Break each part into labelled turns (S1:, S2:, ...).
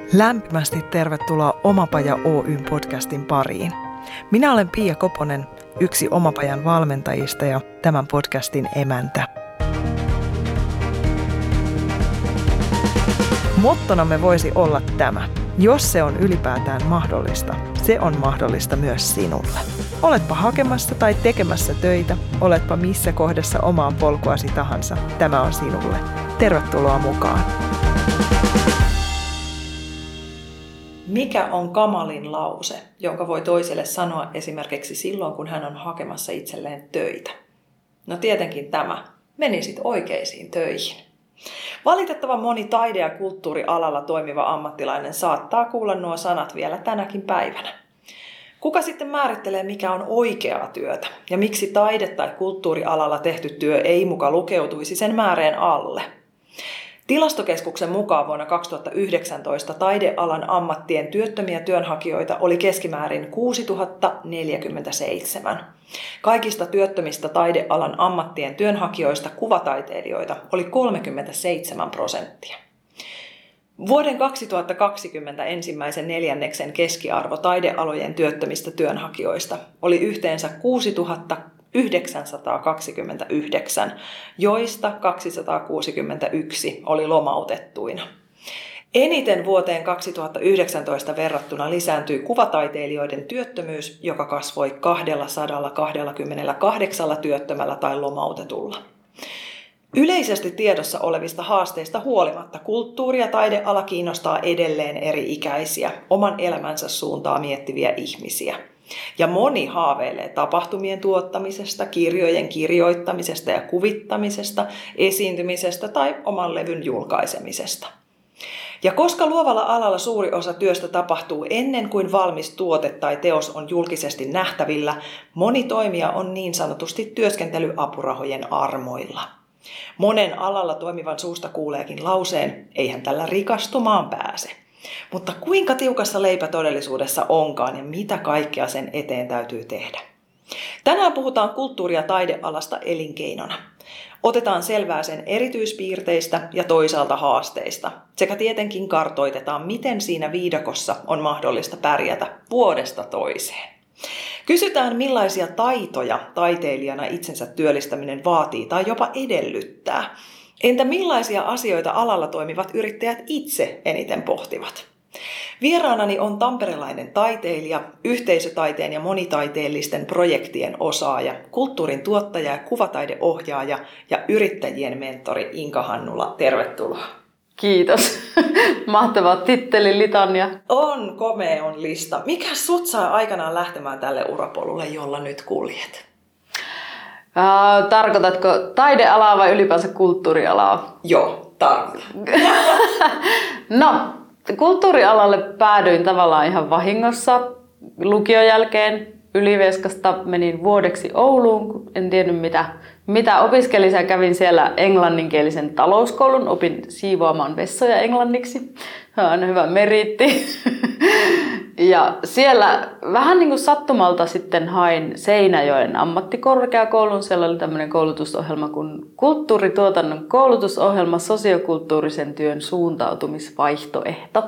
S1: Lämpimästi tervetuloa Omapaja Oyn podcastin pariin. Minä olen Pia Koponen, yksi Omapajan valmentajista ja tämän podcastin emäntä. Mottonamme voisi olla tämä. Jos se on ylipäätään mahdollista, se on mahdollista myös sinulle. Oletpa hakemassa tai tekemässä töitä, oletpa missä kohdassa omaa polkuasi tahansa, tämä on sinulle. Tervetuloa mukaan. Mikä on kamalin lause, jonka voi toiselle sanoa esimerkiksi silloin, kun hän on hakemassa itselleen töitä? No tietenkin tämä. Menisit oikeisiin töihin. Valitettavan moni taide- ja kulttuurialalla toimiva ammattilainen saattaa kuulla nuo sanat vielä tänäkin päivänä. Kuka sitten määrittelee, mikä on oikeaa työtä ja miksi taide- tai kulttuurialalla tehty työ ei muka lukeutuisi sen määreen alle? Tilastokeskuksen mukaan vuonna 2019 taidealan ammattien työttömiä työnhakijoita oli keskimäärin 6 047. Kaikista työttömistä taidealan ammattien työnhakijoista kuvataiteilijoita oli 37%. Vuoden 2020 ensimmäisen neljänneksen keskiarvo taidealojen työttömistä työnhakijoista oli yhteensä 6 929, joista 261 oli lomautettuina. Eniten vuoteen 2019 verrattuna lisääntyi kuvataiteilijoiden työttömyys, joka kasvoi 228 työttömällä tai lomautetulla. Yleisesti tiedossa olevista haasteista huolimatta kulttuuri- ja taideala kiinnostaa edelleen eri-ikäisiä, oman elämänsä suuntaa miettiviä ihmisiä. Ja moni haaveilee tapahtumien tuottamisesta, kirjojen kirjoittamisesta ja kuvittamisesta, esiintymisestä tai oman levyn julkaisemisesta. Ja koska luovalla alalla suuri osa työstä tapahtuu ennen kuin valmis tuote tai teos on julkisesti nähtävillä, moni toimija on niin sanotusti työskentelyapurahojen armoilla. Monen alalla toimivan suusta kuuleekin lauseen, eihän tällä rikastumaan pääse. Mutta kuinka tiukassa leipä todellisuudessa onkaan ja mitä kaikkea sen eteen täytyy tehdä? Tänään puhutaan kulttuuri- ja taidealasta elinkeinona. Otetaan selvää sen erityispiirteistä ja toisaalta haasteista. Sekä tietenkin kartoitetaan, miten siinä viidakossa on mahdollista pärjätä vuodesta toiseen. Kysytään, millaisia taitoja taiteilijana itsensä työllistäminen vaatii tai jopa edellyttää. Entä millaisia asioita alalla toimivat yrittäjät itse eniten pohtivat? Vieraanani on tamperelainen taiteilija, yhteisötaiteen ja monitaiteellisten projektien osaaja, kulttuurin tuottaja ja kuvataideohjaaja ja yrittäjien mentori Inka Hannula. Tervetuloa.
S2: Kiitos. Mahtava titteli litania.
S1: On lista. Mikä sut saa aikanaan lähtemään tälle urapolulle, jolla nyt kuljet?
S2: Tarkoitatko taidealaa vai ylipäänsä kulttuurialaa?
S1: Joo, tarkoitan.
S2: No, kulttuurialalle päädyin tavallaan ihan vahingossa. Lukion jälkeen Ylivieskasta menin vuodeksi Ouluun, kun en tiennyt mitä opiskelin. Ja kävin siellä englanninkielisen talouskoulun, opin siivoamaan vessoja englanniksi. Se on aina hyvä meriitti. Ja siellä vähän niin kuin sattumalta sitten hain Seinäjoen ammattikorkeakoulun. Siellä oli tämmöinen koulutusohjelma kuin kulttuurituotannon koulutusohjelma sosiokulttuurisen työn suuntautumisvaihtoehto.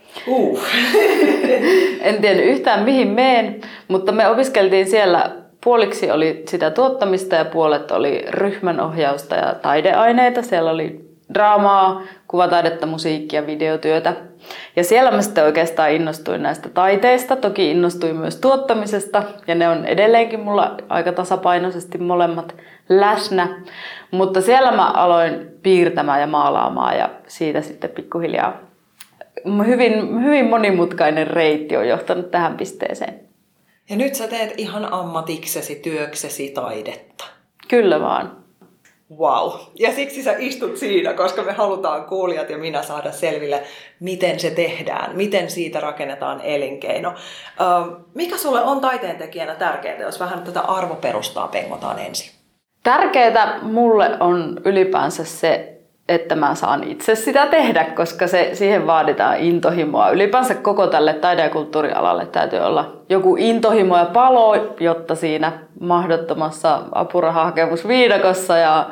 S2: En tiedä yhtään mihin meen, mutta me opiskeltiin siellä. Puoliksi oli sitä tuottamista ja puolet oli ryhmänohjausta ja taideaineita. Siellä oli draamaa, kuvataidetta, musiikkia, videotyötä. Ja siellä mä sitten oikeastaan innostuin näistä taiteista. Toki innostuin myös tuottamisesta ja ne on edelleenkin mulla aika tasapainoisesti molemmat läsnä. Mutta siellä mä aloin piirtämään ja maalaamaan ja siitä sitten pikkuhiljaa hyvin monimutkainen reitti on johtanut tähän pisteeseen.
S1: Ja nyt sä teet ihan ammatiksesi, työksesi taidetta.
S2: Kyllä vaan.
S1: Wow. Ja siksi sä istut siinä, koska me halutaan kuulijat ja minä saada selville, miten se tehdään, miten siitä rakennetaan elinkeino. Mikä sulle on taiteentekijänä tärkeää, jos vähän tätä arvoperustaa pengotaan ensin?
S2: Tärkeää mulle on ylipäänsä se, että mä saan itse sitä tehdä, koska siihen vaaditaan intohimoa. Ylipäänsä koko tälle taide- ja kulttuurialalle täytyy olla joku intohimo ja palo, jotta siinä mahdottomassa apurahahakemusviidakossa ja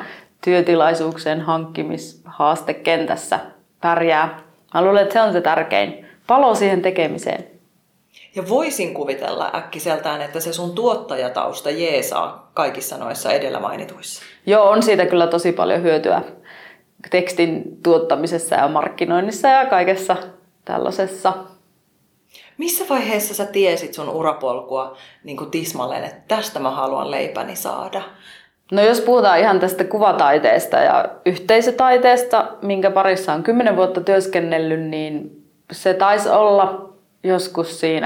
S2: työtilaisuuksien hankkimishaastekentässä pärjää. Mä luulen, että se on se tärkein. palo siihen tekemiseen.
S1: Ja voisin kuvitella äkkiseltään, että se sun tuottajatausta jeesaa kaikissa noissa edellä mainituissa.
S2: Joo, on siitä kyllä tosi paljon hyötyä tekstin tuottamisessa ja markkinoinnissa ja kaikessa tällaisessa.
S1: Missä vaiheessa sä tiesit sun urapolkua niin kuin tismalleen, että tästä mä haluan leipäni saada?
S2: No jos puhutaan ihan tästä kuvataiteesta ja yhteisötaiteesta, minkä parissa on 10 vuotta työskennellyt, niin se taisi olla joskus siinä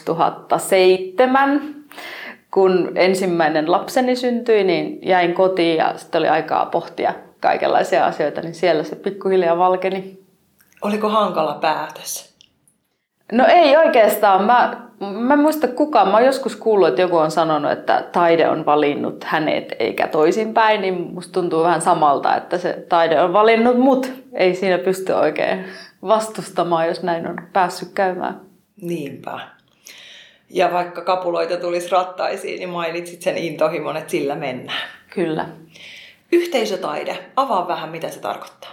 S2: 2007, kun ensimmäinen lapseni syntyi, niin jäin kotiin ja sitten oli aikaa pohtia kaikenlaisia asioita, niin siellä se pikkuhiljaa valkeni.
S1: Oliko hankala päätös?
S2: No ei oikeastaan. Mä en muista kukaan. Mä oon joskus kuullut, että joku on sanonut, että taide on valinnut hänet eikä toisinpäin, niin musta tuntuu vähän samalta, että se taide on valinnut mut. Ei siinä pysty oikein vastustamaan, jos näin on päässyt käymään.
S1: Niinpä. Ja vaikka kapuloita tulisi rattaisiin, niin mainitsit sen intohimon, että sillä mennään.
S2: Kyllä.
S1: Yhteisötaide. Avaa vähän, mitä se tarkoittaa.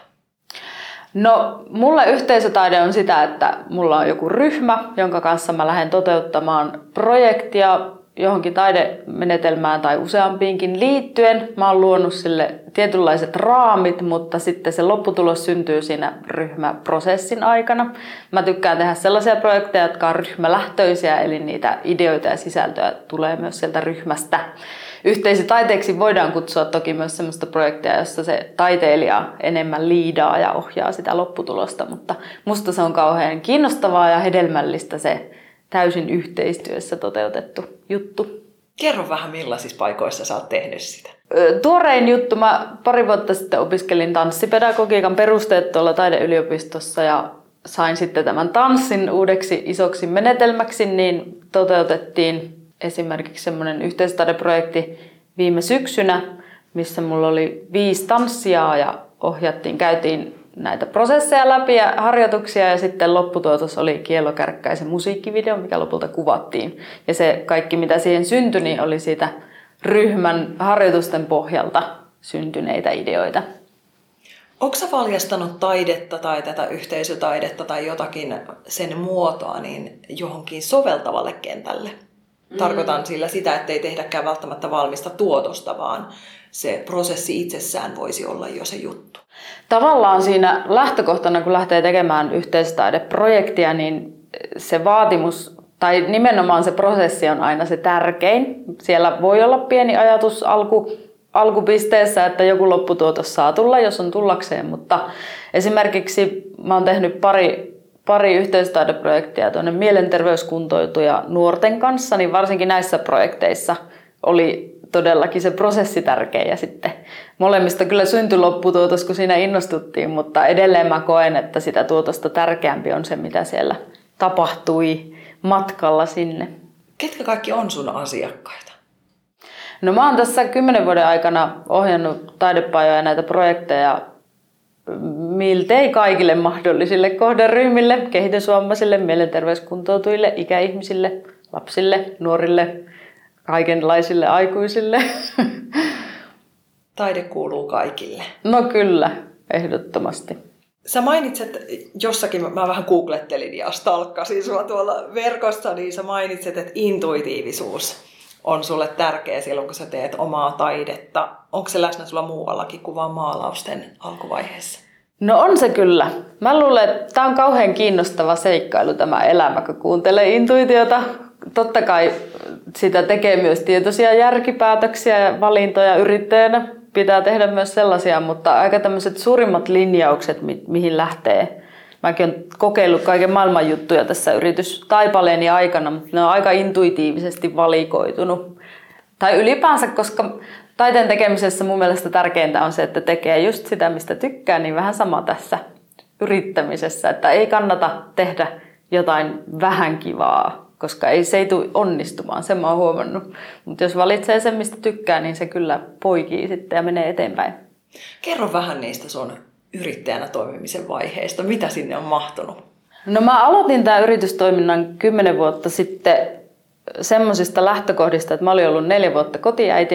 S2: No, mulle yhteisötaide on sitä, että mulla on joku ryhmä, jonka kanssa mä lähden toteuttamaan projektia johonkin taidemenetelmään tai useampiinkin liittyen. Mä oon luonut sille tietynlaiset raamit, mutta sitten se lopputulos syntyy siinä ryhmäprosessin aikana. Mä tykkään tehdä sellaisia projekteja, jotka on ryhmälähtöisiä, eli niitä ideoita ja sisältöä tulee myös sieltä ryhmästä. Yhteisötaiteeksi voidaan kutsua toki myös sellaista projektia, jossa se taiteilija enemmän liidaa ja ohjaa sitä lopputulosta, mutta musta se on kauhean kiinnostavaa ja hedelmällistä se täysin yhteistyössä toteutettu juttu.
S1: Kerro vähän, millaisissa paikoissa sä oot tehnyt sitä.
S2: Tuorein juttu, mä pari vuotta sitten opiskelin tanssipedagogiikan perusteet tuolla taideyliopistossa ja sain sitten tämän tanssin uudeksi isoksi menetelmäksi, niin toteutettiin esimerkiksi semmoinen yhteistaideprojekti viime syksynä, missä mulla oli 5 tanssijaa ja käytiin näitä prosesseja läpi ja harjoituksia ja sitten lopputuotos oli Kielo Kärkkäisen musiikkivideo, mikä lopulta kuvattiin. Ja se kaikki, mitä siihen syntyi, niin oli siitä ryhmän harjoitusten pohjalta syntyneitä ideoita.
S1: Onko sä valjastanut taidetta tai tätä yhteisötaidetta tai jotakin sen muotoa niin johonkin soveltavalle kentälle? Tarkoitan sillä sitä, ettei tehdäkään välttämättä valmista tuotosta, vaan se prosessi itsessään voisi olla jo se juttu.
S2: Tavallaan siinä lähtökohtana, kun lähtee tekemään yhteistaideprojektia, niin se vaatimus tai nimenomaan se prosessi on aina se tärkein. Siellä voi olla pieni ajatus alkupisteessä, että joku lopputuotos saa tulla, jos on tullakseen, mutta esimerkiksi mä oon tehnyt pari yhteistaideprojektia tuonne mielenterveyskuntoutujia nuorten kanssa, niin varsinkin näissä projekteissa oli todellakin se prosessi tärkeä ja sitten molemmista kyllä syntyi lopputuotos, kun siinä innostuttiin, mutta edelleen mä koen, että sitä tuotosta tärkeämpi on se, mitä siellä tapahtui matkalla sinne.
S1: Ketkä kaikki on sun asiakkaita?
S2: No mä oon tässä 10 vuoden aikana ohjannut taidepajoja ja näitä projekteja miltei kaikille mahdollisille kohderyhmille, kehitysvammaisille, mielenterveyskuntoutujille, ikäihmisille, lapsille, nuorille, kaikenlaisille aikuisille.
S1: Taide kuuluu kaikille.
S2: No kyllä, ehdottomasti.
S1: Sä mainitset jossakin, mä vähän googlettelin ja stalkkasin sua tuolla verkossa, niin sä mainitset, että intuitiivisuus on sulle tärkeä silloin, kun sä teet omaa taidetta. Onko se läsnä sulla muuallakin kuin vaan maalausten alkuvaiheessa?
S2: No on se kyllä. Mä luulen, että tää on kauhean kiinnostava seikkailu tämä elämä, kun kuuntelee intuitiota. Totta kai sitä tekee myös tietoisia järkipäätöksiä ja valintoja yrittäjänä. Pitää tehdä myös sellaisia, mutta aika tämmöiset suurimmat linjaukset, mihin lähtee. Mäkin olen kokeillut kaiken maailman juttuja tässä yritystaipaleeni aikana, mutta ne on aika intuitiivisesti valikoitunut. Tai ylipäänsä, koska taiteen tekemisessä mun mielestä tärkeintä on se, että tekee just sitä, mistä tykkää, niin vähän sama tässä yrittämisessä. Että ei kannata tehdä jotain vähän kivaa, koska se ei tule onnistumaan, sen mä oon huomannut. Mutta jos valitsee sen, mistä tykkää, niin se kyllä poikii sitten ja menee eteenpäin.
S1: Kerro vähän niistä sun yrittäjänä toimimisen vaiheista. Mitä sinne on mahtunut?
S2: No mä aloitin tämän yritystoiminnan 10 vuotta sitten semmoisista lähtökohdista, että mä olin ollut 4 vuotta kotiäitinä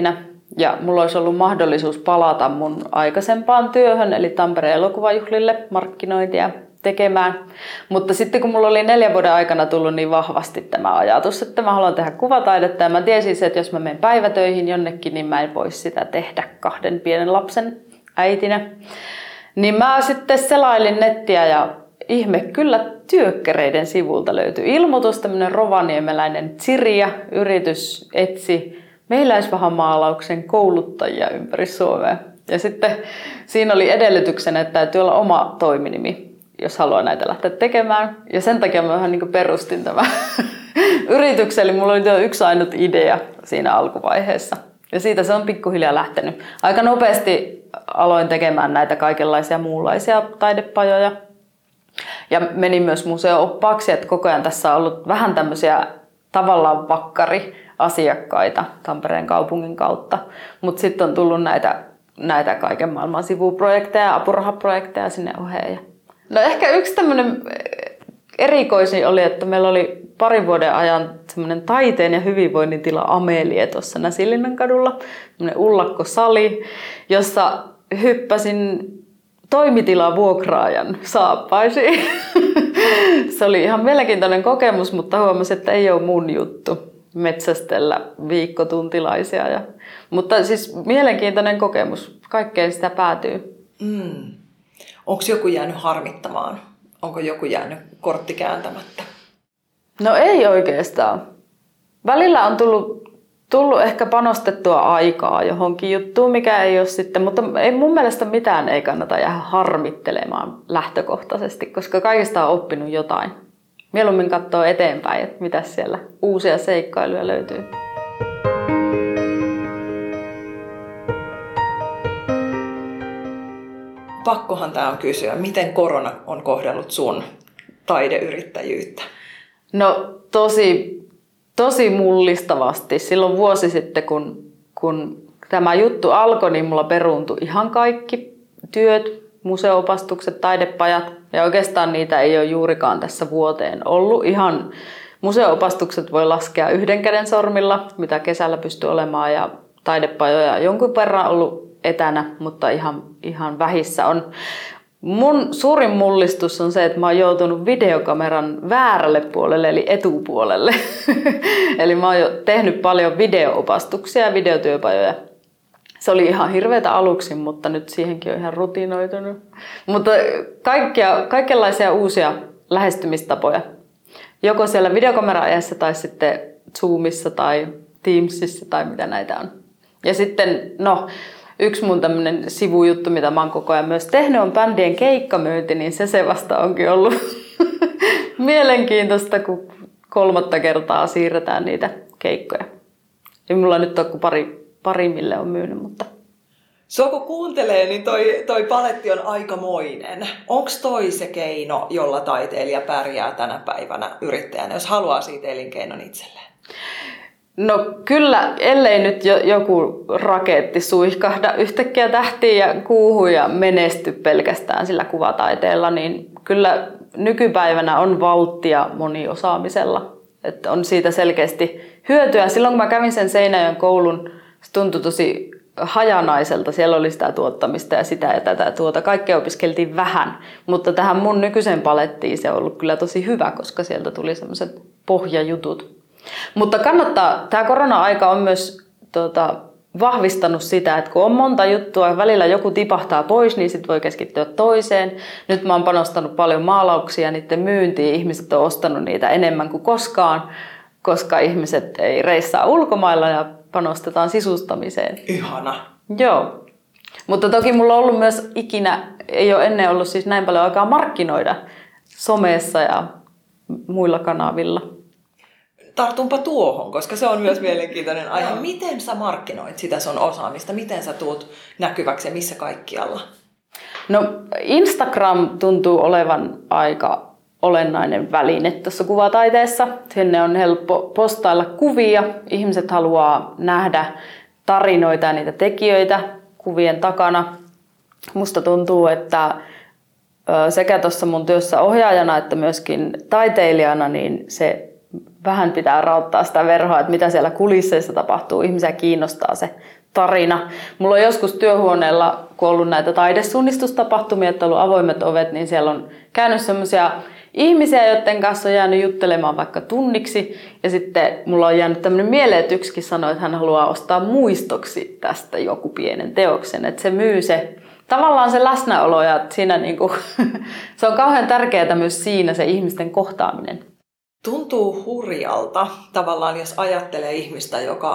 S2: Ja mulla olisi ollut mahdollisuus palata mun aikaisempaan työhön, eli Tampereen elokuvajuhlille markkinointia tekemään. Mutta sitten kun mulla oli 4 vuoden aikana tullut niin vahvasti tämä ajatus, että mä haluan tehdä kuvataidetta ja mä tiesin, että jos mä menen päivätöihin jonnekin, niin mä en voi sitä tehdä 2 pienen lapsen äitinä. Niin mä sitten selailin nettiä ja ihme kyllä työkkäreiden sivulta löytyi ilmoitus, tämmöinen rovaniemeläinen Tsirja-yritys etsi mehiläisvahamaalauksen kouluttajia ympäri Suomea. Ja sitten siinä oli edellytyksenä, että täytyy olla oma toiminimi, jos haluaa näitä lähteä tekemään. Ja sen takia mä vähän niin kuin perustin tämän yrityksen, eli mulla oli yksi ainut idea siinä alkuvaiheessa. Ja siitä se on pikkuhiljaa lähtenyt. Aika nopeasti aloin tekemään näitä kaikenlaisia muunlaisia taidepajoja. Ja menin myös museo-oppaaksi, että koko ajan tässä on ollut vähän tämmöisiä tavallaan vakkariasiakkaita Tampereen kaupungin kautta. Mutta sitten on tullut näitä kaiken maailman sivuprojekteja ja apurahaprojekteja sinne oheen. No ehkä yksi tämmöinen erikoisin oli, että meillä oli 2 vuoden ajan semmoinen taiteen ja hyvinvoinnin tila Amelie tuossa Näsilinnän kadulla. Semmoinen ullakkosali, jossa hyppäsin toimitilavuokraajan saappaisiin. Se oli ihan mielenkiintoinen kokemus, mutta huomasin, että ei ole mun juttu metsästellä viikkotuntilaisia. Mutta siis mielenkiintoinen kokemus. Kaikkeen sitä päätyy.
S1: Onko joku jäänyt harmittamaan? Onko joku jäänyt kortti kääntämättä?
S2: No ei oikeastaan. Välillä on tullut ehkä panostettua aikaa johonkin juttuun, mikä ei ole sitten, mutta ei mun mielestä mitään ei kannata jäädä harmittelemaan lähtökohtaisesti, koska kaikista on oppinut jotain. Mieluummin katsoo eteenpäin, että mitä siellä uusia seikkailuja löytyy.
S1: Pakkohan tämä on kysyä, miten korona on kohdellut sun taideyrittäjyyttä?
S2: No tosi mullistavasti. Silloin vuosi sitten, kun tämä juttu alkoi, niin mulla peruuntui ihan kaikki työt, museo-opastukset, taidepajat. Ja oikeastaan niitä ei ole juurikaan tässä vuoteen ollut. Ihan museo-opastukset voi laskea 1 käden sormilla, mitä kesällä pystyy olemaan. Ja taidepajoja jonkun verran ollut etänä, mutta ihan vähissä on. Mun suurin mullistus on se, että mä oon joutunut videokameran väärälle puolelle, eli etupuolelle. Eli mä oon jo tehnyt paljon video-opastuksia ja videotyöpajoja. Se oli ihan hirveätä aluksi, mutta nyt siihenkin on ihan rutinoitunut. Mutta kaikenlaisia uusia lähestymistapoja. Joko siellä videokamera-ajassa tai sitten Zoomissa tai Teamsissa tai mitä näitä on. Ja sitten, yksi mun tämmönen sivujuttu, mitä mä oon koko ajan myös tehnyt, on bändien keikkamyynti, niin se vasta onkin ollut mielenkiintoista, kun 3. kertaa siirretään niitä keikkoja. Ei mulla nyt ole kuin pari mille on myynyt, mutta...
S1: Sua kun kuuntelee, niin toi paletti on aikamoinen. Onko toi se keino, jolla taiteilija pärjää tänä päivänä yrittäjänä, jos haluaa siitä elinkeinon itselleen?
S2: No kyllä, ellei nyt joku raketti suihkahda yhtäkkiä tähtiin ja kuuhun ja menesty pelkästään sillä kuvataiteella, niin kyllä nykypäivänä on valttia moniosaamisella. Että on siitä selkeästi hyötyä. Silloin kun mä kävin sen Seinäjoen koulun, se tuntui tosi hajanaiselta. Siellä oli sitä tuottamista ja sitä ja tätä tuota. Kaikkea opiskeltiin vähän, mutta tähän mun nykyiseen palettiin se on ollut kyllä tosi hyvä, koska sieltä tuli sellaiset pohjajutut. Mutta kannattaa, tämä korona-aika on myös vahvistanut sitä, että kun on monta juttua, välillä joku tipahtaa pois, niin sitten voi keskittyä toiseen. Nyt mä oon panostanut paljon maalauksia niiden myyntiin. Ihmiset on ostanut niitä enemmän kuin koskaan, koska ihmiset ei reissaa ulkomailla ja panostetaan sisustamiseen.
S1: Ihana.
S2: Joo. Mutta toki mulla on ollut myös ei ole ennen ollut siis näin paljon aikaa markkinoida somessa ja muilla kanavilla.
S1: Tartunpa tuohon, koska se on myös mielenkiintoinen aihe. Miten sä markkinoit sitä sun osaamista? Miten sä tuut näkyväksi ja missä kaikkialla?
S2: No Instagram tuntuu olevan aika olennainen väline tuossa kuvataiteessa. Sinne on helppo postailla kuvia. Ihmiset haluaa nähdä tarinoita ja niitä tekijöitä kuvien takana. Musta tuntuu, että sekä tuossa mun työssä ohjaajana että myöskin taiteilijana, niin se vähän pitää raottaa sitä verhoa, että mitä siellä kulisseissa tapahtuu. Ihmisiä kiinnostaa se tarina. Mulla on joskus työhuoneella, kun on ollut näitä taidesuunnistustapahtumia, että on ollut avoimet ovet, niin siellä on käynyt semmoisia ihmisiä, joiden kanssa on jäänyt juttelemaan vaikka tunniksi. Ja sitten mulla on jäänyt tämmöinen mieleen, että yksikin sanoi, että hän haluaa ostaa muistoksi tästä joku pienen teoksen. Että se myy tavallaan se läsnäolo ja siinä niinku, se on kauhean tärkeää myös siinä se ihmisten kohtaaminen.
S1: Tuntuu hurjalta tavallaan, jos ajattelee ihmistä,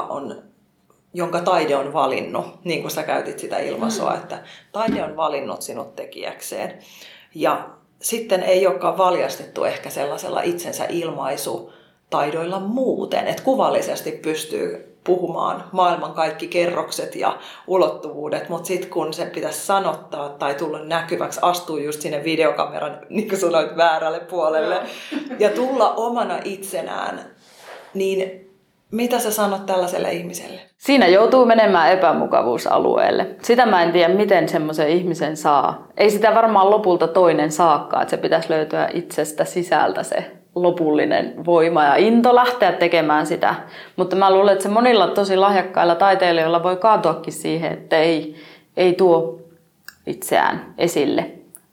S1: jonka taide on valinnut, niin kuin sä käytit sitä ilmaisua, että taide on valinnut sinut tekijäkseen. Ja sitten ei olekaan valjastettu ehkä sellaisella itsensä ilmaisutaidoilla muuten, että kuvallisesti pystyy puhumaan maailman kaikki kerrokset ja ulottuvuudet, mutta sitten kun se pitäisi sanottaa tai tulla näkyväksi, astuu just sinne videokameran, niin kuin sanoit, väärälle puolelle ja tulla omana itsenään, niin mitä sä sanot tällaiselle ihmiselle?
S2: Siinä joutuu menemään epämukavuusalueelle. Sitä mä en tiedä, miten semmoisen ihmisen saa. Ei sitä varmaan lopulta toinen saakkaan, että se pitäisi löytyä itsestä sisältä se lopullinen voima ja into lähteä tekemään sitä. Mutta mä luulen, että se monilla tosi lahjakkailla taiteilijoilla voi kaatuakin siihen, että ei tuo itseään esille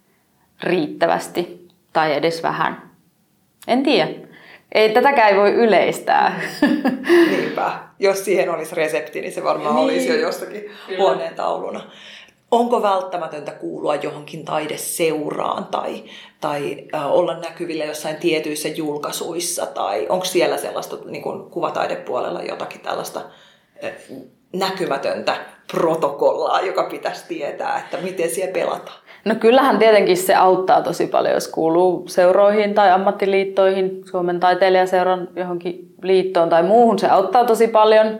S2: riittävästi tai edes vähän. En tiedä. Tätäkään ei voi yleistää.
S1: Niinpä. Jos siihen olisi resepti, niin se varmaan olisi jo jostakin huoneen tauluna. Onko välttämätöntä kuulua johonkin taideseuraan tai olla näkyvillä jossain tietyissä julkaisuissa? Tai onko siellä sellaista niin kuin kuvataidepuolella jotakin tällaista näkymätöntä protokollaa, joka pitäisi tietää, että miten siellä pelataan?
S2: No kyllähän tietenkin se auttaa tosi paljon, jos kuuluu seuroihin tai ammattiliittoihin, Suomen taiteilijaseuran johonkin liittoon tai muuhun. Se auttaa tosi paljon.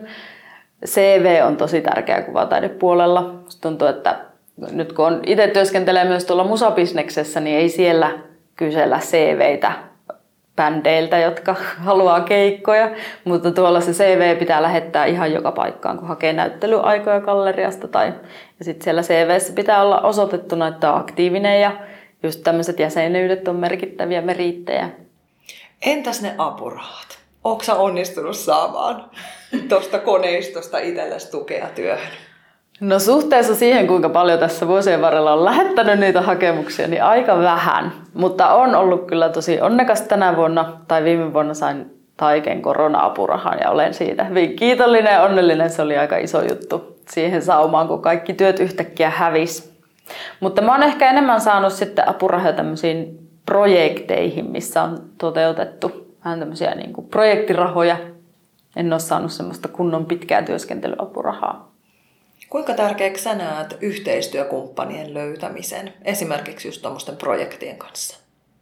S2: CV on tosi tärkeä kuvataidepuolella. Musta tuntuu, että nyt kun itse työskentelee myös tuolla musabisneksessä, niin ei siellä kysellä CVitä bändeiltä, jotka haluaa keikkoja. Mutta tuolla se CV pitää lähettää ihan joka paikkaan, kun hakee näyttelyaikoja galleriasta. Ja sitten siellä CV:ssä pitää olla osoitettuna, että on aktiivinen ja just tämmöiset jäsenyydet on merkittäviä meriittejä.
S1: Entäs ne apurahat? Ootko sä onnistunut saamaan tuosta koneistosta itsellesi tukea työhön?
S2: No suhteessa siihen, kuinka paljon tässä vuosien varrella on lähettänyt niitä hakemuksia, niin aika vähän. Mutta on ollut kyllä tosi onnekas tänä vuonna, tai viime vuonna sain Taiken korona-apurahan ja olen siitä hyvin kiitollinen ja onnellinen. Se oli aika iso juttu siihen saumaan, kun kaikki työt yhtäkkiä hävisi. Mutta mä oon ehkä enemmän saanut sitten apurahoja tämmöisiin projekteihin, missä on toteutettu vähän tämmöisiä niin kuin projektirahoja. En ole saanut semmoista kunnon pitkää työskentelyapurahaa.
S1: Kuinka tärkeäksi sä näet yhteistyökumppanien löytämisen, esimerkiksi just tuommoisten projektien kanssa?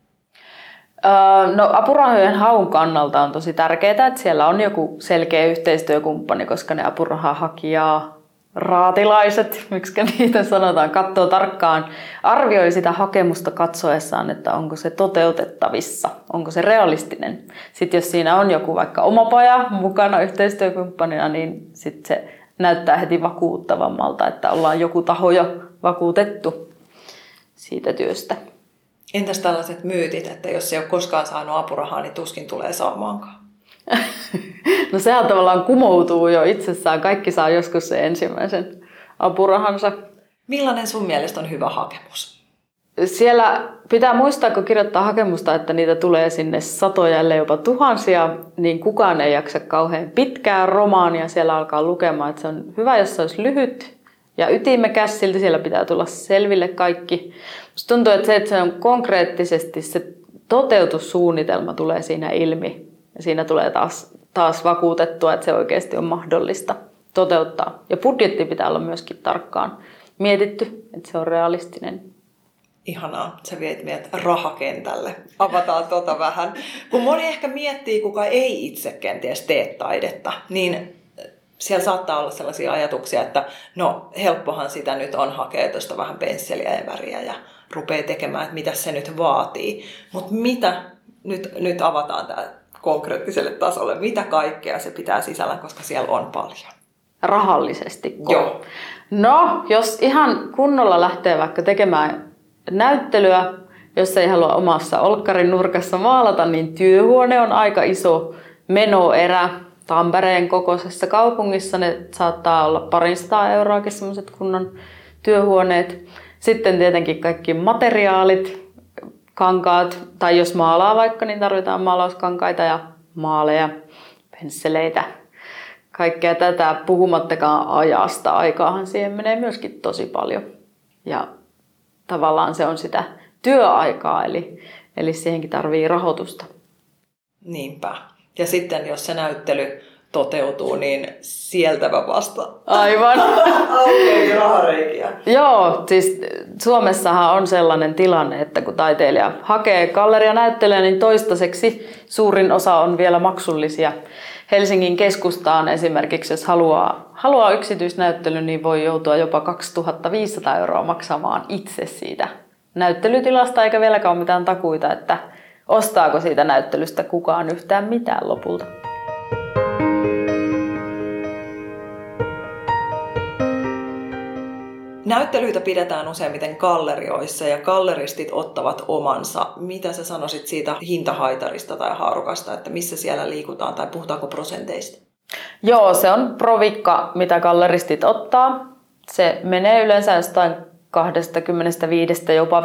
S2: No apurahojen haun kannalta on tosi tärkeää, että siellä on joku selkeä yhteistyökumppani, koska ne apurahahakijaa raatilaiset, miksi niitä sanotaan, katsoo tarkkaan, arvioi sitä hakemusta katsoessaan, että onko se toteutettavissa, onko se realistinen. Sitten jos siinä on joku vaikka oma paja mukana yhteistyökumppanina, niin sitten se näyttää heti vakuuttavammalta, että ollaan joku taho jo vakuutettu siitä työstä.
S1: Entäs tällaiset myytit, että jos ei ole koskaan saanut apurahaa, niin tuskin tulee saamaankaan?
S2: No sehän tavallaan kumoutuu jo itsessään. Kaikki saa joskus sen ensimmäisen apurahansa.
S1: Millainen sun mielestä on hyvä hakemus?
S2: Siellä pitää muistaa, kun kirjoittaa hakemusta, että niitä tulee sinne satoja, ellei jopa tuhansia, niin kukaan ei jaksa kauhean pitkää romaania siellä alkaa lukemaan. Että se on hyvä, jos se olisi lyhyt ja ytimekäs, silti siellä pitää tulla selville kaikki. Musta tuntuu, että se on konkreettisesti se toteutussuunnitelma tulee siinä ilmi. Ja siinä tulee taas vakuutettua, että se oikeasti on mahdollista toteuttaa. Ja budjetti pitää olla myöskin tarkkaan mietitty, että se on realistinen.
S1: Ihanaa, sä viet meidät rahakentälle. Avataan vähän. Kun moni ehkä miettii, kuka ei itse kenties tee taidetta, niin siellä saattaa olla sellaisia ajatuksia, että no helppohan sitä nyt on hakea tuosta vähän pensseliä ja väriä ja rupeaa tekemään, että mitä se nyt vaatii. Mutta mitä, nyt avataan tämä konkreettiselle tasolle, mitä kaikkea se pitää sisällään, koska siellä on paljon.
S2: Rahallisesti?
S1: Joo.
S2: No, jos ihan kunnolla lähtee vaikka tekemään näyttelyä, jos ei halua omassa olkkarin nurkassa maalata, niin työhuone on aika iso menoerä. Tampereen kokoisessa kaupungissa ne saattaa olla 200 euroakin sellaiset kunnon työhuoneet. Sitten tietenkin kaikki materiaalit, kankaat, tai jos maalaa vaikka, niin tarvitaan maalauskankaita ja maaleja, pensseleitä. Kaikkea tätä, puhumattakaan ajasta. Aikaahan siihen menee myöskin tosi paljon. Ja tavallaan se on sitä työaikaa, eli siihenkin tarvii rahoitusta.
S1: Niinpä. Ja sitten jos se näyttely toteutuu, niin sieltäpä vasta.
S2: Aivan.
S1: Aukeaa rahareikiä.
S2: Joo, siis Suomessahan on sellainen tilanne, että kun taiteilija hakee gallerianäyttelyä, niin toistaiseksi suurin osa on vielä maksullisia. Helsingin keskustaan esimerkiksi, jos haluaa yksityisnäyttelyn, niin voi joutua jopa 2500 euroa maksamaan itse siitä näyttelytilasta, eikä vieläkään ole mitään takuita, että ostaako siitä näyttelystä kukaan yhtään mitään lopulta.
S1: Näyttelyitä pidetään useimmiten gallerioissa ja galleristit ottavat omansa. Mitä sä sanoisit siitä hintahaitarista tai haarukasta, että missä siellä liikutaan tai puhutaanko prosenteista?
S2: Joo, se on provikka, mitä galleristit ottaa. Se menee yleensä jostain 25 jopa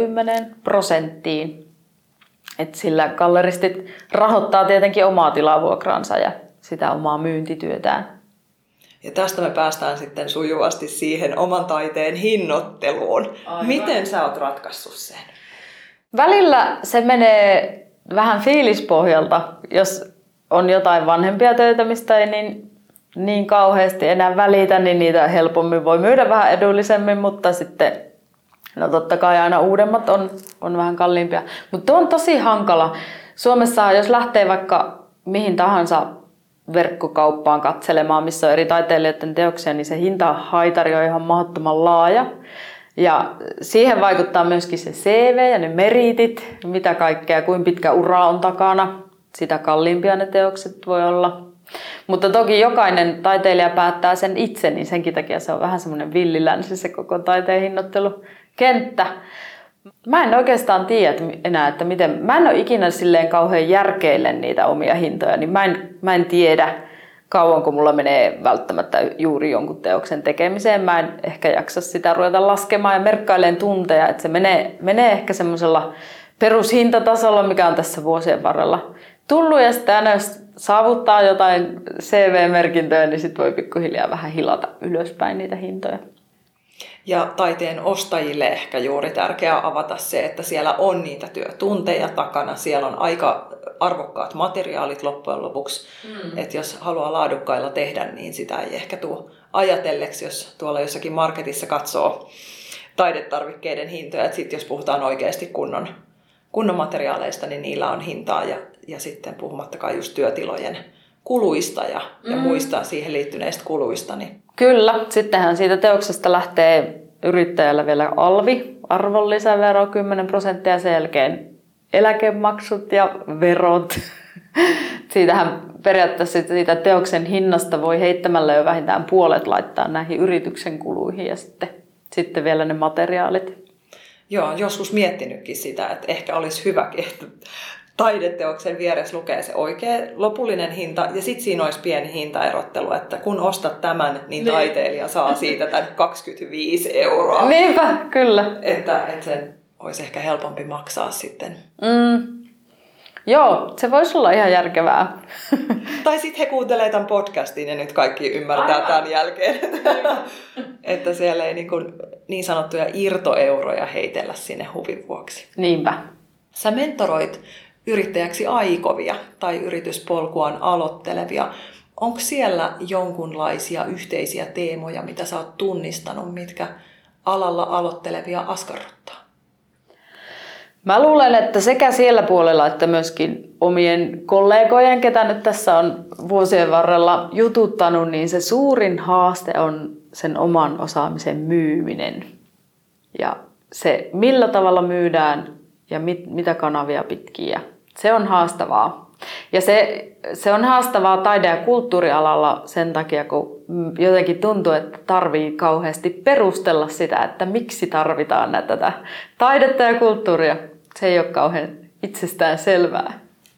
S2: 50%. Et sillä galleristit rahoittaa tietenkin omaa tilavuokraansa ja sitä omaa myyntityötään.
S1: Ja tästä me päästään sitten sujuvasti siihen oman taiteen hinnoitteluun. Aivan. Miten sä oot ratkaissut sen?
S2: Välillä se menee vähän fiilispohjalta. Jos on jotain vanhempia töitä, mistä ei niin kauheasti enää välitä, niin niitä helpommin voi myydä vähän edullisemmin, mutta sitten no totta kai aina uudemmat on vähän kalliimpia. Mutta on tosi hankala. Suomessa jos lähtee vaikka mihin tahansa verkkokauppaan katselemaan, missä on eri taiteilijoiden teoksia, niin se hintahaitari on ihan mahdottoman laaja. Ja siihen vaikuttaa myöskin se CV ja ne meriitit, mitä kaikkea, kuinka pitkä ura on takana. Sitä kalliimpia ne teokset voi olla. Mutta toki jokainen taiteilija päättää sen itse, niin senkin takia se on vähän semmoinen villilänsi se koko taiteen hinnoittelukenttä. Mä en oikeastaan tiedä enää, että miten. Mä en ole ikinä silleen kauhean järkeille niitä omia hintoja, niin mä en tiedä kauanko mulla menee välttämättä juuri jonkun teoksen tekemiseen. Mä en ehkä jaksa sitä ruveta laskemaan ja merkkailemaan tunteja, että se menee ehkä semmoisella perushintatasolla, mikä on tässä vuosien varrella tullut. Ja sitten aina jos saavuttaa jotain CV-merkintöjä, niin sitten voi pikkuhiljaa vähän hilata ylöspäin niitä hintoja.
S1: Ja taiteen ostajille ehkä juuri tärkeää avata se, että siellä on niitä työtunteja takana. Siellä on aika arvokkaat materiaalit loppujen lopuksi. Että jos haluaa laadukkailla tehdä, niin sitä ei ehkä tule ajatelleeksi, jos tuolla jossakin marketissa katsoo taidetarvikkeiden hintoja. Että sitten jos puhutaan oikeasti kunnon materiaaleista, niin niillä on hintaa. Ja sitten puhumattakaan just työtilojen kuluista ja muista siihen liittyneistä kuluista. Niin.
S2: Kyllä. Sittenhän siitä teoksesta lähtee yrittäjällä vielä alvi, arvonlisävero 10% ja sen jälkeen eläkemaksut ja verot. Siitähän periaatteessa siitä teoksen hinnasta voi heittämällä jo vähintään puolet laittaa näihin yrityksen kuluihin ja sitten vielä ne materiaalit.
S1: Joo, joskus miettinytkin sitä, että ehkä olisi hyväkin, että taideteoksen vieressä lukee se oikea lopullinen hinta ja sitten siinä olisi pieni hintaerottelu, että kun ostat tämän, niin taiteilija saa siitä tämän 25 euroa.
S2: Niinpä, kyllä.
S1: Että sen olisi ehkä helpompi maksaa sitten.
S2: Joo, se voisi olla ihan järkevää.
S1: Tai sitten he kuuntelee tämän podcastin ja nyt kaikki ymmärtää tämän jälkeen, että siellä ei niin sanottuja irtoeuroja heitellä sinne huvin vuoksi.
S2: Niinpä.
S1: Sä mentoroit yrittäjäksi aikovia tai yrityspolkuaan aloittelevia. Onko siellä jonkunlaisia yhteisiä teemoja, mitä sä oot tunnistanut, mitkä alalla aloittelevia askarruttaa?
S2: Mä luulen, että sekä siellä puolella että myöskin omien kollegojen, ketä nyt tässä on vuosien varrella jututtanut, niin se suurin haaste on sen oman osaamisen myyminen. Ja se, millä tavalla myydään ja mitä kanavia pitkiä. Se on haastavaa. Ja se on haastavaa taide- ja kulttuurialalla sen takia, kun jotenkin tuntuu, että tarvii kauheasti perustella sitä, että miksi tarvitaan tätä taidetta ja kulttuuria. Se ei ole kauhean itsestään selvää.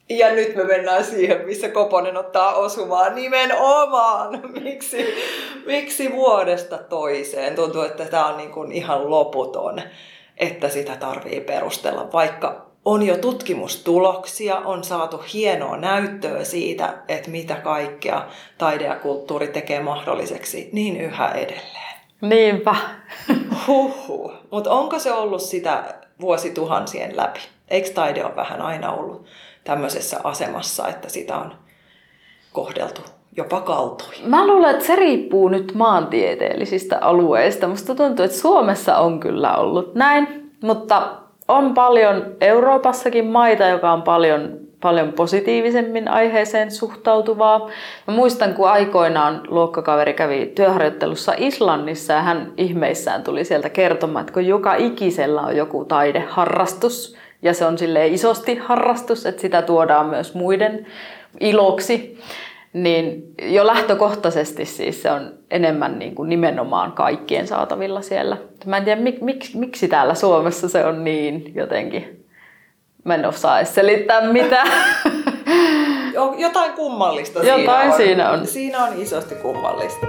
S1: Ja nyt me mennään siihen, missä Koponen ottaa osumaan nimenomaan. Miksi vuodesta toiseen? Tuntuu, että tämä on niin kuin ihan loputon, että sitä tarvii perustella. Vaikka on jo tutkimustuloksia, on saatu hienoa näyttöä siitä, että mitä kaikkea taide ja kulttuuri tekee mahdolliseksi, niin yhä edelleen.
S2: Niinpä.
S1: Huhhuh. Mutta onko se ollut sitä vuosituhansien läpi? Eikö taide ole vähän aina ollut tämmöisessä asemassa, että sitä on kohdeltu jopa kaltoin?
S2: Mä luulen, että se riippuu nyt maantieteellisistä alueista. Musta tuntuu, että Suomessa on kyllä ollut näin, mutta on paljon Euroopassakin maita, joka on paljon positiivisemmin aiheeseen suhtautuvaa. Mä muistan, kun aikoinaan luokkakaveri kävi työharjoittelussa Islannissa ja hän ihmeissään tuli sieltä kertomaan, että kun joka ikisellä on joku taideharrastus ja se on silleen isosti harrastus, että sitä tuodaan myös muiden iloksi, niin jo lähtökohtaisesti siis se on enemmän niin kuin nimenomaan kaikkien saatavilla siellä. Mä en tiedä, miksi täällä Suomessa se on niin jotenkin. Mä en osaa edes selittää mitään.
S1: Jotain kummallista
S2: siinä on.
S1: Siinä on isosti kummallista.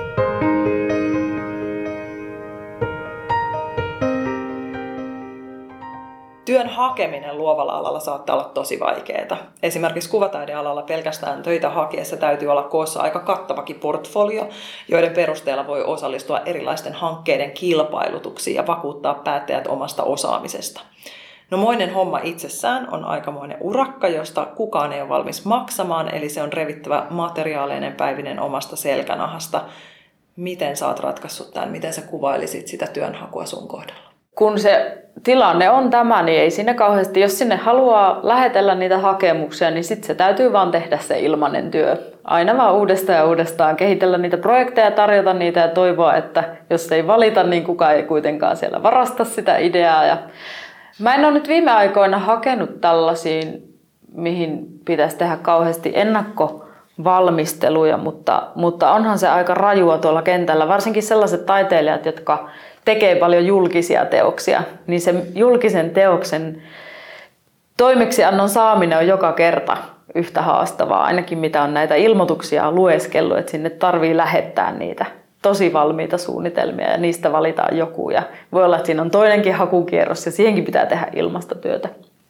S1: Työn hakeminen luovalla alalla saattaa olla tosi vaikeaa. Esimerkiksi kuvataidealalla pelkästään töitä hakiessa täytyy olla koossa aika kattavakin portfolio, joiden perusteella voi osallistua erilaisten hankkeiden kilpailutuksiin ja vakuuttaa päättäjät omasta osaamisesta. No moinen homma itsessään on aikamoinen urakka, josta kukaan ei ole valmis maksamaan, eli se on revittävä materiaalinen päivinen omasta selkänahasta. Miten sä oot ratkaissut tämän? Miten sä kuvailisit sitä työnhakua sun kohdalla?
S2: Kun se tilanne on tämä, niin ei sinne kauheasti, jos sinne haluaa lähetellä niitä hakemuksia, niin sitten se täytyy vaan tehdä se ilmainen työ. Aina vaan uudestaan ja uudestaan kehitellä niitä projekteja, tarjota niitä ja toivoa, että jos ei valita, niin kukaan ei kuitenkaan siellä varasta sitä ideaa. Ja mä en ole nyt viime aikoina hakenut tällaisiin, mihin pitäisi tehdä kauheasti ennakkovalmisteluja, mutta onhan se aika rajua tuolla kentällä, varsinkin sellaiset taiteilijat, jotka tekee paljon julkisia teoksia, niin se julkisen teoksen toimeksiannon saaminen on joka kerta yhtä haastavaa, ainakin mitä on näitä ilmoituksia lueskellut, että sinne tarvii lähettää niitä tosi valmiita suunnitelmia ja niistä valitaan joku ja voi olla, että siinä on toinenkin hakukierros ja siihenkin pitää tehdä ilmastotyötä.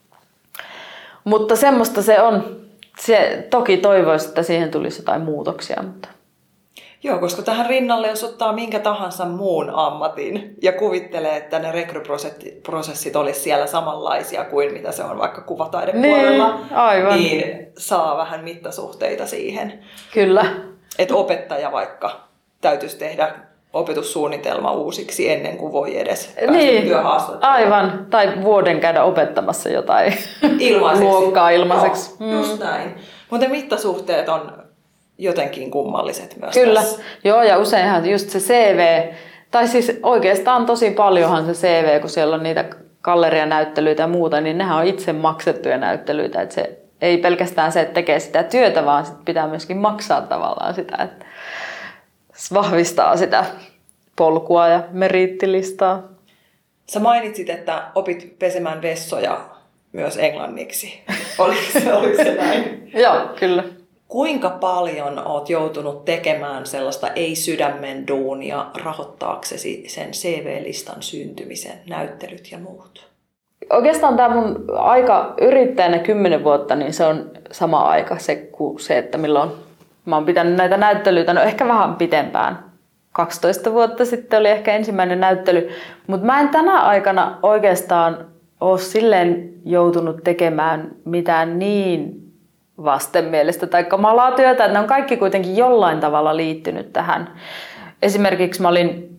S2: Mutta semmoista se on. Se toki toivoisi, että siihen tulisi jotain muutoksia, mutta
S1: Joo, koska tähän rinnalle, jos ottaa minkä tahansa muun ammatin ja kuvittelee, että ne rekryprosessit olisi siellä samanlaisia kuin mitä se on vaikka kuvataidepuolella, niin saa vähän mittasuhteita siihen.
S2: Kyllä.
S1: Että opettaja vaikka täytyisi tehdä opetussuunnitelma uusiksi ennen kuin voi edes päästä työhaastatteluun.
S2: Aivan. Tai vuoden käydä opettamassa jotain luokkaa ilmaiseksi.
S1: Just näin. Mutta mittasuhteet on jotenkin kummalliset myös.
S2: Kyllä.
S1: Tässä.
S2: Joo, ja useinhan just se CV, tai siis oikeastaan tosi paljonhan se CV, kun siellä on niitä gallerianäyttelyitä ja muuta, niin nehän on itse maksettuja näyttelyitä. Että se ei pelkästään se, että tekee sitä työtä, vaan sit pitää myöskin maksaa tavallaan sitä, että se vahvistaa sitä polkua ja meriittilistaa.
S1: Sä mainitsit, että opit pesemään vessoja myös englanniksi. Oliko se näin?
S2: Joo, kyllä.
S1: Kuinka paljon oot joutunut tekemään sellaista ei-sydämen duunia rahoittaaksesi sen CV-listan syntymisen, näyttelyt ja muut?
S2: Oikeastaan tämä mun aika yrittäjänä 10 vuotta, niin se on sama aika kuin se, että milloin mä oon pitänyt näitä näyttelyitä, no ehkä vähän pitempään. 12 vuotta sitten oli ehkä ensimmäinen näyttely, mutta mä en tänä aikana oikeastaan ole silleen joutunut tekemään mitään niin vastenmielistä tai kamalaa työtä, että ne on kaikki kuitenkin jollain tavalla liittynyt tähän. Esimerkiksi mä olin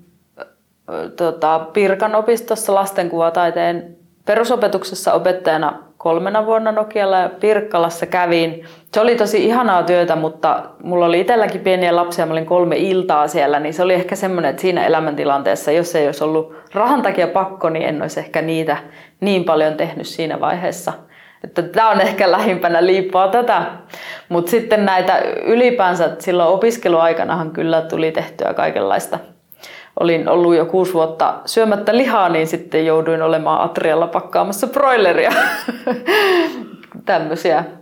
S2: Pirkan opistossa lastenkuvataiteen perusopetuksessa opettajana 3 vuonna Nokialla ja Pirkkalassa kävin. Se oli tosi ihanaa työtä, mutta mulla oli itselläkin pieniä lapsia, mä olin 3 iltaa siellä, niin se oli ehkä semmoinen, että siinä elämäntilanteessa, jos ei olisi ollut rahan takia pakko, niin en olisi ehkä niitä niin paljon tehnyt siinä vaiheessa. Että tämä on ehkä lähimpänä liippaa tätä, mutta sitten näitä ylipäänsä silloin opiskeluaikanahan kyllä tuli tehtyä kaikenlaista. Olin ollut jo 6 vuotta syömättä lihaa, niin sitten jouduin olemaan atrialla pakkaamassa broileria. Tämmöisiä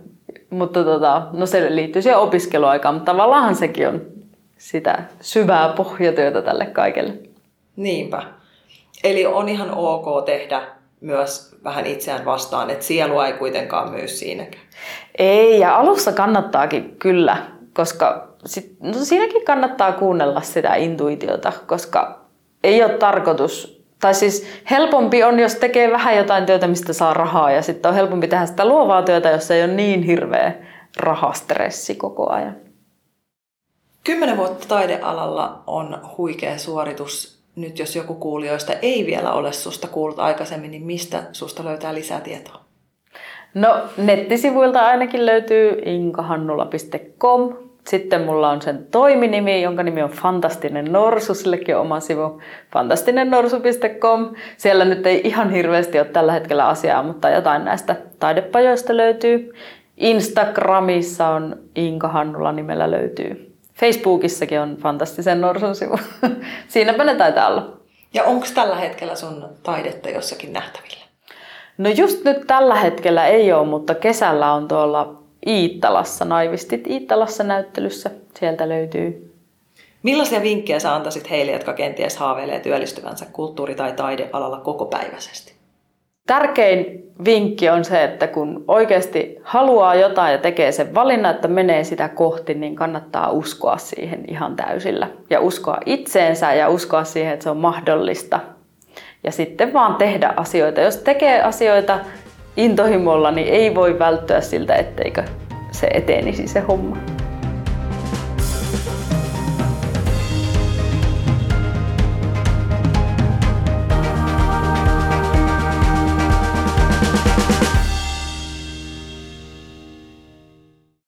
S2: Mutta no se liittyy siihen opiskeluaikaan, mutta tavallaan sekin on sitä syvää pohjatyötä tälle kaikelle.
S1: Niinpä. Eli on ihan ok tehdä myös vähän itseään vastaan, että sielua ei kuitenkaan myy siinäkään.
S2: Ei, ja alussa kannattaakin kyllä, koska siinäkin kannattaa kuunnella sitä intuitiota, koska ei ole tarkoitus, tai siis helpompi on, jos tekee vähän jotain työtä, mistä saa rahaa, ja sitten on helpompi tehdä sitä luovaa työtä, jossa ei ole niin hirveä rahastressi koko ajan.
S1: 10 vuotta taidealalla on huikea suoritus. Nyt jos joku kuulijoista ei vielä ole susta kuullut aikaisemmin, niin mistä susta löytää lisää tietoa?
S2: No nettisivuilta ainakin löytyy inkahannula.com. Sitten mulla on sen toiminimi, jonka nimi on Fantastinen Norsu, sillekin on oma sivu, fantastinennorsu.com. Siellä nyt ei ihan hirveästi ole tällä hetkellä asiaa, mutta jotain näistä taidepajoista löytyy. Instagramissa on Inka Hannula nimellä löytyy. Facebookissakin on Fantastisen Norsun sivu. Siinäpä ne taitaa olla.
S1: Ja onko tällä hetkellä sun taidetta jossakin nähtävillä?
S2: No just nyt tällä hetkellä ei ole, mutta kesällä on tuolla Iittalassa, Naivistit Iittalassa näyttelyssä. Sieltä löytyy.
S1: Millaisia vinkkejä sä antaisit heille, jotka kenties haaveilee työllistyvänsä kulttuuri- tai taidealalla kokopäiväisesti?
S2: Tärkein vinkki on se, että kun oikeasti haluaa jotain ja tekee sen valinnan, että menee sitä kohti, niin kannattaa uskoa siihen ihan täysillä. Ja uskoa itseensä ja uskoa siihen, että se on mahdollista. Ja sitten vaan tehdä asioita. Jos tekee asioita intohimolla, niin ei voi välttyä siltä, etteikö se etenisi se homma.